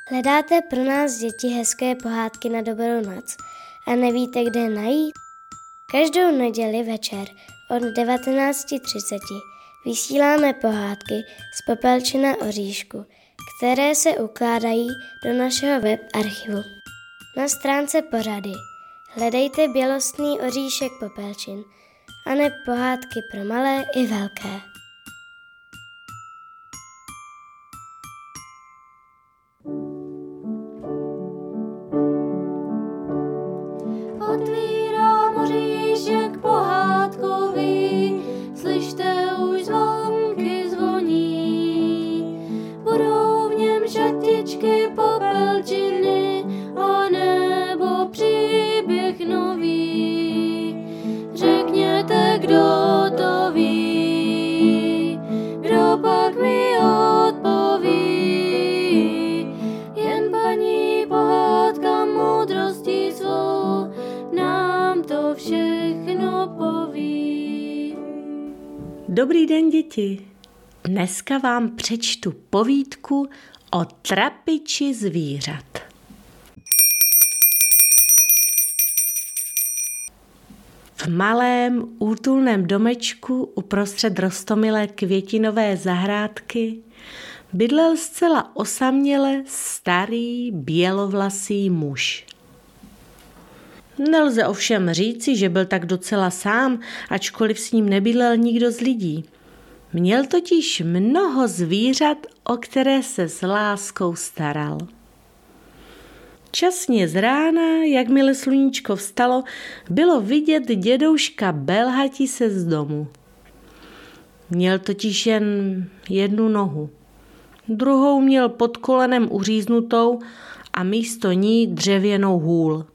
Hledáte pro nás děti hezké pohádky na dobrou noc a nevíte, kde je najít? Každou neděli večer od 19:30 vysíláme pohádky z Popelčina oříšku, které se ukládají do našeho web archivu. Na stránce pořady hledejte Bělostný oříšek Popelčin a ne pohádky pro malé i velké. Otvírám oříšek pohádkový, slyšte už zvonky zvoní. Budou v něm šatičky popelčiny a nebo příběh nový. Řekněte, kdo to ví, kdo pak mi odpoví. Jen paní pohádka moudrostí svou nám to všechno poví. Dobrý den, děti. Dneska vám přečtu povídku o trapiči zvířat. V malém útulném domečku uprostřed roztomilé květinové zahrádky bydlel zcela osaměle starý bělovlasý muž. Nelze ovšem říci, že byl tak docela sám, ačkoliv s ním nebydlel nikdo z lidí. Měl totiž mnoho zvířat, o které se s láskou staral. Časně z rána, jakmile sluníčko vstalo, bylo vidět dědouška belhati se z domu. Měl totiž jen jednu nohu. Druhou měl pod kolenem uříznutou a místo ní dřevěnou hůl.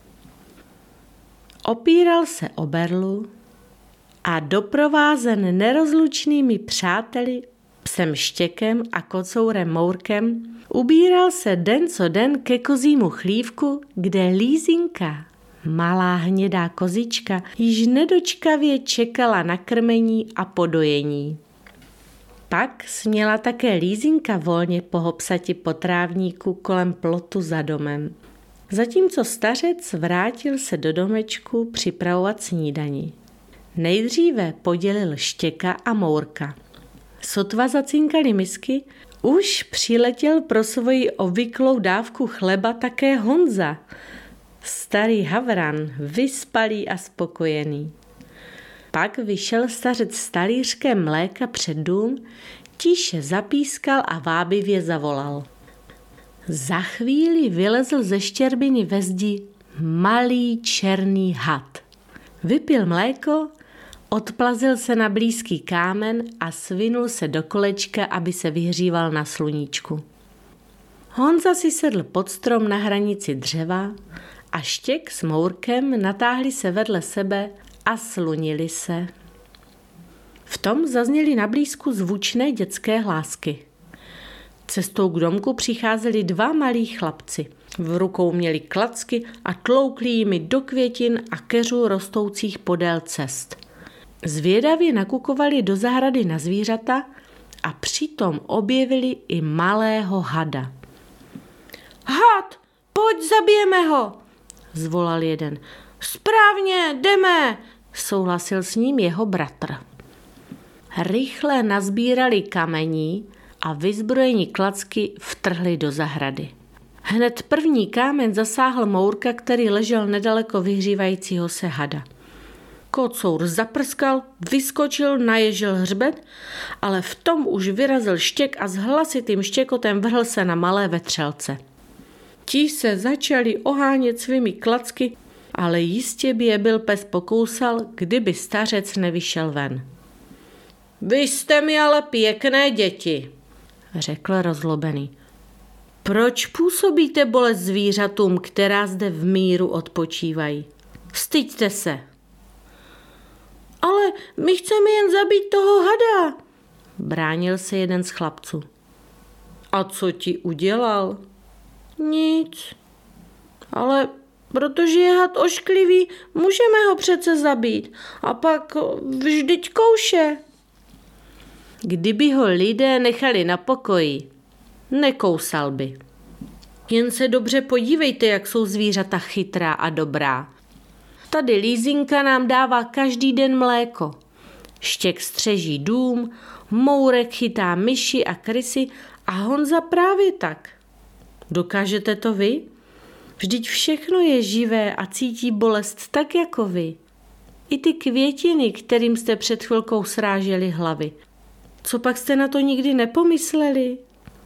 Opíral se o berlu a doprovázen nerozlučnými přáteli, psem Štěkem a kocourem Mourkem, ubíral se den co den ke kozímu chlívku, kde Lízinka, malá hnědá kozička, již nedočkavě čekala na krmení a podojení. Pak směla také Lízinka volně pohopsati po trávníku kolem plotu za domem. Zatímco stařec vrátil se do domečku připravovat snídani. Nejdříve podělil Štěka a Mourka. Sotva zacinkali misky, už přiletěl pro svoji obvyklou dávku chleba také Honza, starý havran, vyspalý a spokojený. Pak vyšel stařec s talířkem mléka před dům, tiše zapískal a vábivě zavolal. Za chvíli vylezl ze štěrbiny ve zdi malý černý had. Vypil mléko, odplazil se na blízký kámen a svinul se do kolečka, aby se vyhříval na sluníčku. Honza si sedl pod strom na hranici dřeva a Štěk s Mourkem natáhli se vedle sebe a slunili se. V tom zazněly na blízku zvučné dětské hlásky. Cestou k domku přicházeli dva malí chlapci. V rukou měli klacky a tloukli jimi do květin a keřů rostoucích podél cest. Zvědavě nakukovali do zahrady na zvířata a přitom objevili i malého hada. Had, pojď, zabijeme ho, zvolal jeden. Správně, jdeme, souhlasil s ním jeho bratr. Rychle nazbírali kamení a vyzbrojení klacky vtrhli do zahrady. Hned první kámen zasáhl Mourka, který ležel nedaleko vyhřívajícího se hada. Kocour zaprskal, vyskočil, naježil hřbet, ale v tom už vyrazil Štěk a s hlasitým štěkotem vrhl se na malé vetřelce. Ti se začali ohánět svými klacky, ale jistě by je byl pes pokousal, kdyby stařec nevyšel ven. Vy jste mi ale pěkné děti, řekl rozlobený. Proč působíte bolest zvířatům, která zde v míru odpočívají? Styďte se. Ale my chceme jen zabít toho hada, bránil se jeden z chlapců. A co ti udělal? Nic. Ale protože je had ošklivý, můžeme ho přece zabít. A pak vždyť kouše. Kdyby ho lidé nechali na pokoji, nekousal by. Jen se dobře podívejte, jak jsou zvířata chytrá a dobrá. Tady Lízinka nám dává každý den mléko. Štěk střeží dům, Mourek chytá myši a krysy a Honza právě tak. Dokážete to vy? Vždyť všechno je živé a cítí bolest tak jako vy. I ty květiny, kterým jste před chvilkou sráželi hlavy. Co pak jste na to nikdy nepomysleli?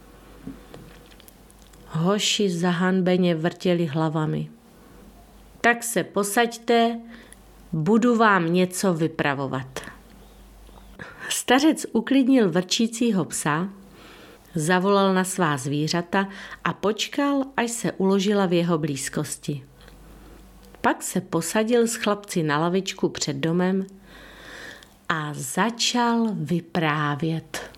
Hoši zahanbeně vrtěli hlavami. Tak se posaďte, budu vám něco vypravovat. Stařec uklidnil vrčícího psa, zavolal na svá zvířata a počkal, až se uložila v jeho blízkosti. Pak se posadil s chlapci na lavičku před domem a začal vyprávět.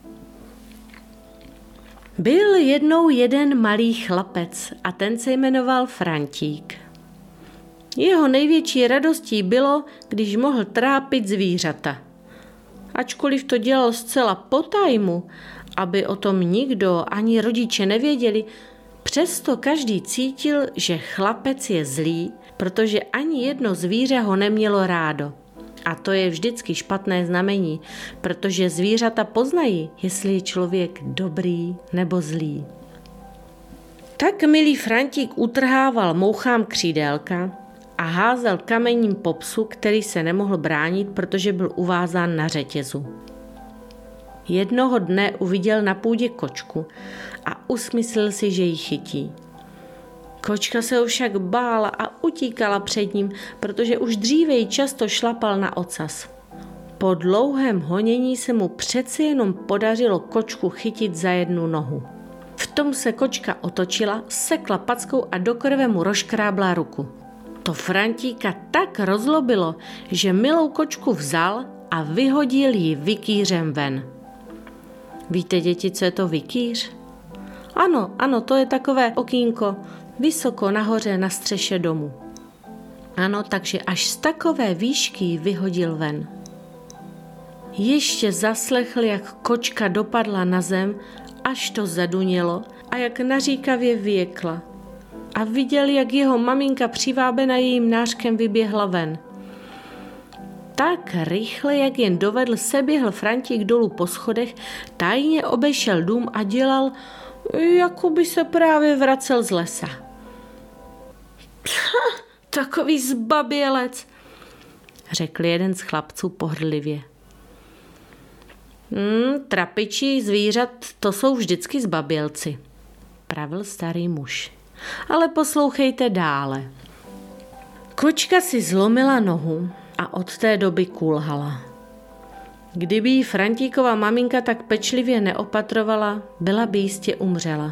Byl jednou jeden malý chlapec a ten se jmenoval Frantík. Jeho největší radostí bylo, když mohl trápit zvířata. Ačkoliv to dělal zcela po tajmu, aby o tom nikdo ani rodiče nevěděli, přesto každý cítil, že chlapec je zlý, protože ani jedno zvíře ho nemělo rádo. A to je vždycky špatné znamení, protože zvířata poznají, jestli je člověk dobrý nebo zlý. Tak milý Frantík utrhával mouchám křídélka a házel kamením po psu, který se nemohl bránit, protože byl uvázán na řetězu. Jednoho dne uviděl na půdě kočku a usmyslel si, že ji chytí. Kočka se ho však bála a utíkala před ním, protože už dříve ji často šlapal na ocas. Po dlouhém honění se mu přece jenom podařilo kočku chytit za jednu nohu. V tom se kočka otočila, sekla packou a do krve mu rozškrábla ruku. To Frantíka tak rozlobilo, že milou kočku vzal a vyhodil ji vikýřem ven. Víte, děti, co je to vikýř? Ano, to je takové okýnko, vysoko nahoře na střeše domu. Ano, takže až z takové výšky ji vyhodil ven. Ještě zaslechl, jak kočka dopadla na zem, až to zadunělo a jak naříkavě vyjekla. A viděl, jak jeho maminka přivábena jejím nářkem vyběhla ven. Tak rychle, jak jen dovedl, seběhl Frantík dolů po schodech, tajně obešel dům a dělal, jako by se právě vracel z lesa. Takový zbabělec, řekl jeden z chlapců pohrdlivě. Trapiči zvířat, to jsou vždycky zbabělci, pravil starý muž. Ale poslouchejte dále. Kočka si zlomila nohu a od té doby kulhala. Kdyby jí Frantíkova maminka tak pečlivě neopatrovala, byla by jistě umřela.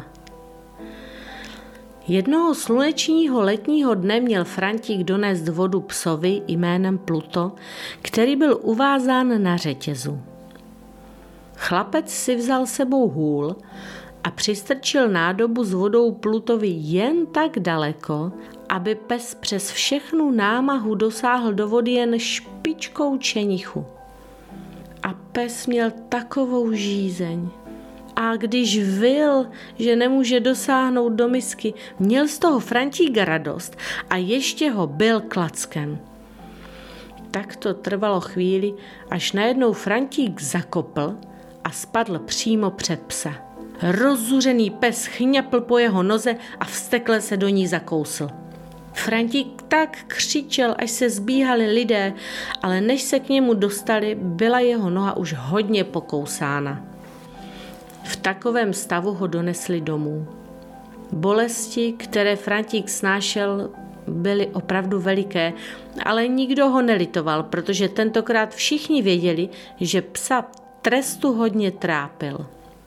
Jednoho slunečního letního dne měl Frantík donést vodu psovi jménem Pluto, který byl uvázán na řetězu. Chlapec si vzal sebou hůl a přistrčil nádobu s vodou Plutovi jen tak daleko, aby pes přes všechnu námahu dosáhl do vody jen špičkou čenichu. A pes měl takovou žízeň. A když vyl, že nemůže dosáhnout do misky, měl z toho Frantík radost a ještě ho bil klackem. Tak to trvalo chvíli, až najednou Frantík zakopl a spadl přímo před psa. Rozzuřený pes chňapl po jeho noze a vztekle se do ní zakousl. Frantík tak křičel, až se zbíhali lidé, ale než se k němu dostali, byla jeho noha už hodně pokousána. V takovém stavu ho donesli domů. Bolesti, které Frantík snášel, byly opravdu veliké, ale nikdo ho nelitoval, protože tentokrát všichni věděli, že psa trestu hodně trápil.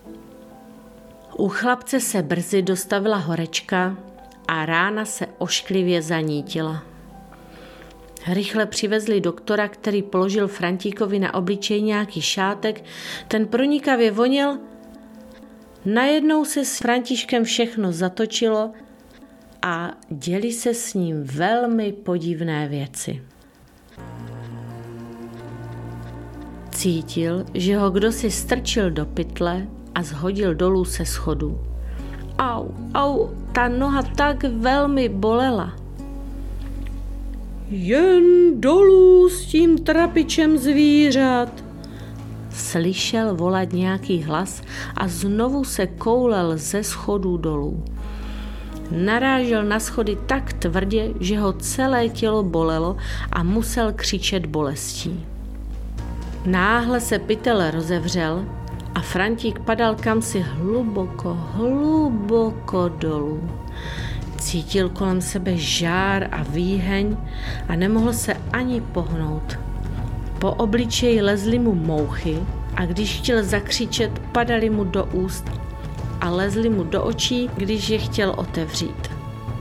U chlapce se brzy dostavila horečka a rána se ošklivě zanítila. Rychle přivezli doktora, který položil Frantíkovi na obličej nějaký šátek, ten pronikavě voněl. Najednou se s Františkem všechno zatočilo a děli se s ním velmi podivné věci. Cítil, že ho kdosi strčil do pytle a zhodil dolů se schodů. Au, ta noha tak velmi bolela. Jen dolů s tím trapičem zvířat, slyšel volat nějaký hlas a znovu se koulel ze schodů dolů. Narážel na schody tak tvrdě, že ho celé tělo bolelo a musel křičet bolestí. Náhle se pytel rozevřel a Frantík padal kamsi hluboko dolů. Cítil kolem sebe žár a výheň a nemohl se ani pohnout. Po obličeji lezly mu mouchy a když chtěl zakřičet, padaly mu do úst a lezly mu do očí, když je chtěl otevřít.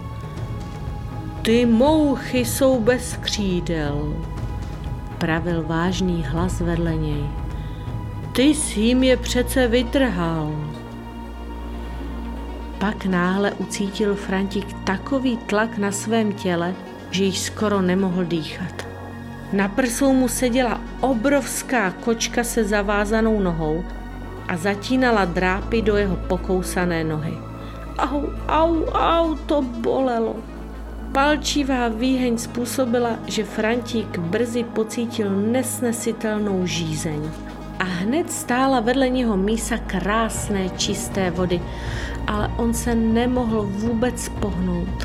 Ty mouchy jsou bez křídel, pravil vážný hlas vedle něj. Ty jsi jim je přece vytrhal. Pak náhle ucítil Frantík takový tlak na svém těle, že již skoro nemohl dýchat. Na prsou mu seděla obrovská kočka se zavázanou nohou a zatínala drápy do jeho pokousané nohy. Au, to bolelo. Palčivá výheň způsobila, že Frantík brzy pocítil nesnesitelnou žízeň. A hned stála vedle něho mísa krásné čisté vody, ale on se nemohl vůbec pohnout.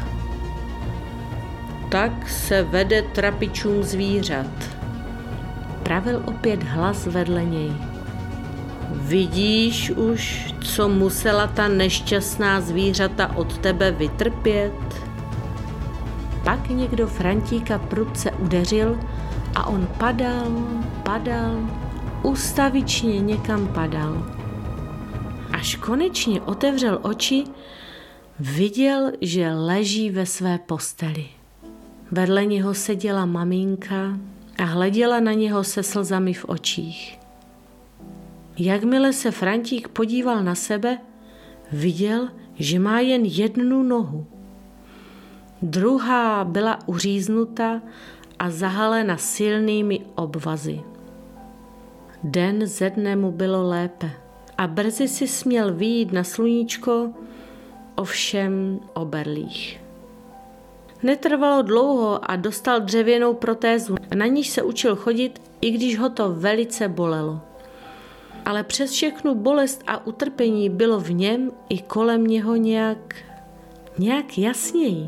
Tak se vede trapičům zvířat, pravil opět hlas vedle něj. Vidíš už, co musela ta nešťastná zvířata od tebe vytrpět? Pak někdo Frantíka prudce udeřil a on padal, ustavičně někam padal. Až konečně otevřel oči, viděl, že leží ve své posteli. Vedle něho seděla maminka a hleděla na něho se slzami v očích. Jakmile se Frantík podíval na sebe, viděl, že má jen jednu nohu. Druhá byla uříznuta a zahalena silnými obvazy. Den ze dne mu bylo lépe a brzy si směl vyjít na sluníčko, ovšem oberlých. Netrvalo dlouho a dostal dřevěnou protézu, na níž se učil chodit, i když ho to velice bolelo. Ale přes všechnu bolest a utrpení bylo v něm i kolem něho nějak jasněji.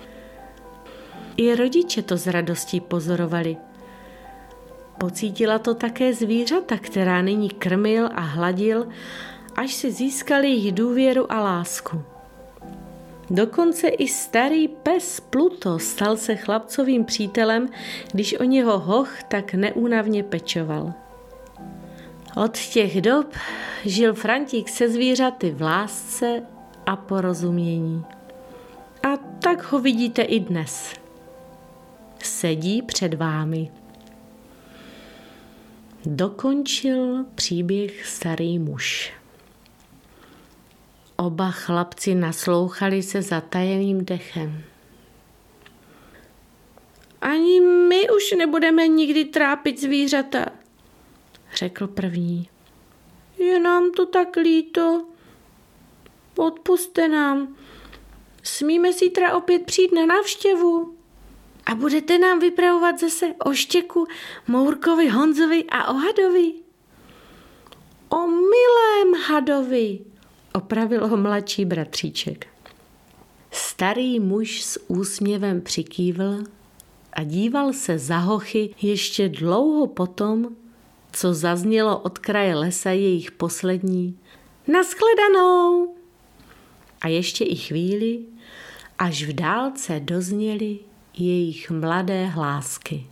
I rodiče to s radostí pozorovali. Pocítila to také zvířata, která nyní krmil a hladil, až si získali jejich důvěru a lásku. Dokonce i starý pes Pluto stal se chlapcovým přítelem, když o něho hoch tak neúnavně pečoval. Od těch dob žil Frantík se zvířaty v lásce a porozumění. A tak ho vidíte i dnes. Sedí před vámi. Dokončil příběh starý muž. Oba chlapci naslouchali se zatajeným dechem. Ani my už nebudeme nikdy trápit zvířata, řekl první. Je nám to tak líto. Odpusťte nám. Smíme zítra opět přijít na návštěvu. A budete nám vypravovat zase o Štěku, Mourkovi, Honzovi a o Hadovi? O milém Hadovi, opravil ho mladší bratříček. Starý muž s úsměvem přikývl a díval se za hochy ještě dlouho potom, co zaznělo od kraje lesa jejich poslední Naschledanou! A ještě i chvíli, až v dálce dozněly jejich mladé hlásky.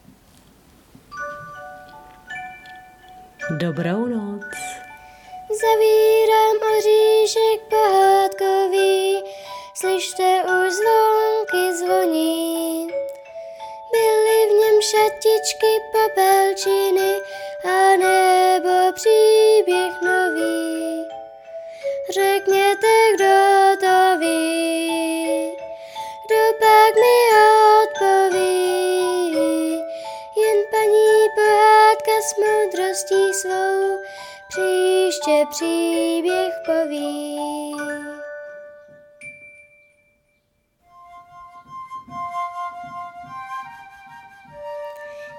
Dobrou noc. Zavírám oříšek pohádkový, slyšte už zvonky zvoní. Byly v něm šatičky, popelčiny a nebo příběh nový. Řekněte, kdo to ví, kdo pak mi odpoví. Jen paní pohádka s moudrostí svou příště příběh poví.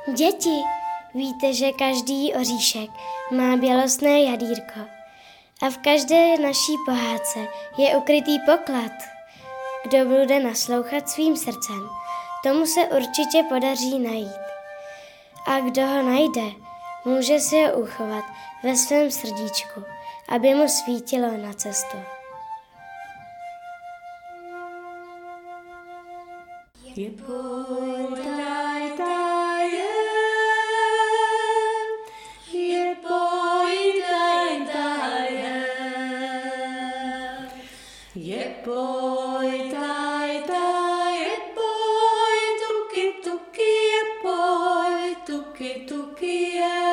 Děti, víte, že každý oříšek má bělostné jadírko a v každé naší pohádce je ukrytý poklad. Kdo bude naslouchat svým srdcem, tomu se určitě podaří najít. A kdo ho najde, může si ho uchovat ve svém srdíčku, aby mu svítilo na cestu. Je pojď, taj, je pojď, taj, je pojď, taj, je pojď, tuky, tuky, je pojď, tuky, tuky, je